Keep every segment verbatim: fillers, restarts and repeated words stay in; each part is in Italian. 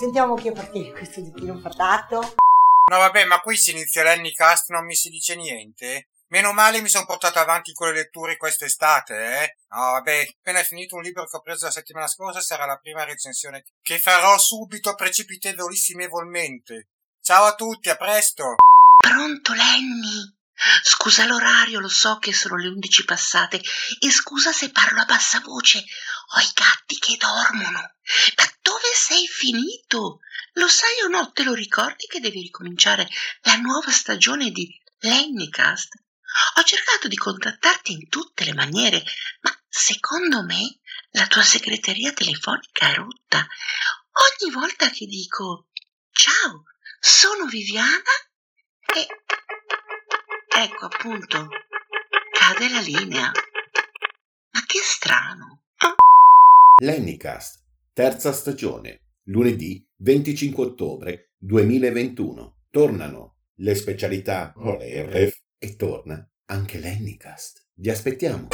Sentiamo che partire questo zucchino patato. No vabbè, ma qui si inizia l'Annicast, non mi si dice niente? Meno male mi sono portato avanti con le letture quest'estate, eh? No vabbè, appena finito un libro che ho preso la settimana scorsa sarà la prima recensione che farò subito precipitevolissimevolmente. Ciao a tutti, a presto! Pronto Lenny? Scusa l'orario, lo so che sono le undici passate e scusa se parlo a bassa voce, ho i gatti che dormono. Ma dove sei finito? Lo sai o no, te lo ricordi che devi ricominciare la nuova stagione di Lennycast? Ho cercato di contattarti in tutte le maniere, ma secondo me la tua segreteria telefonica è rotta. Ogni volta che dico ciao, sono Viviana e ecco appunto, cade la linea. Ma che strano. Lennycast, terza stagione, lunedì venticinque ottobre duemilaventuno. Tornano le specialità e torna anche Lennycast. Vi aspettiamo.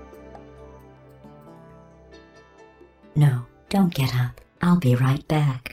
No, don't get up. I'll be right back.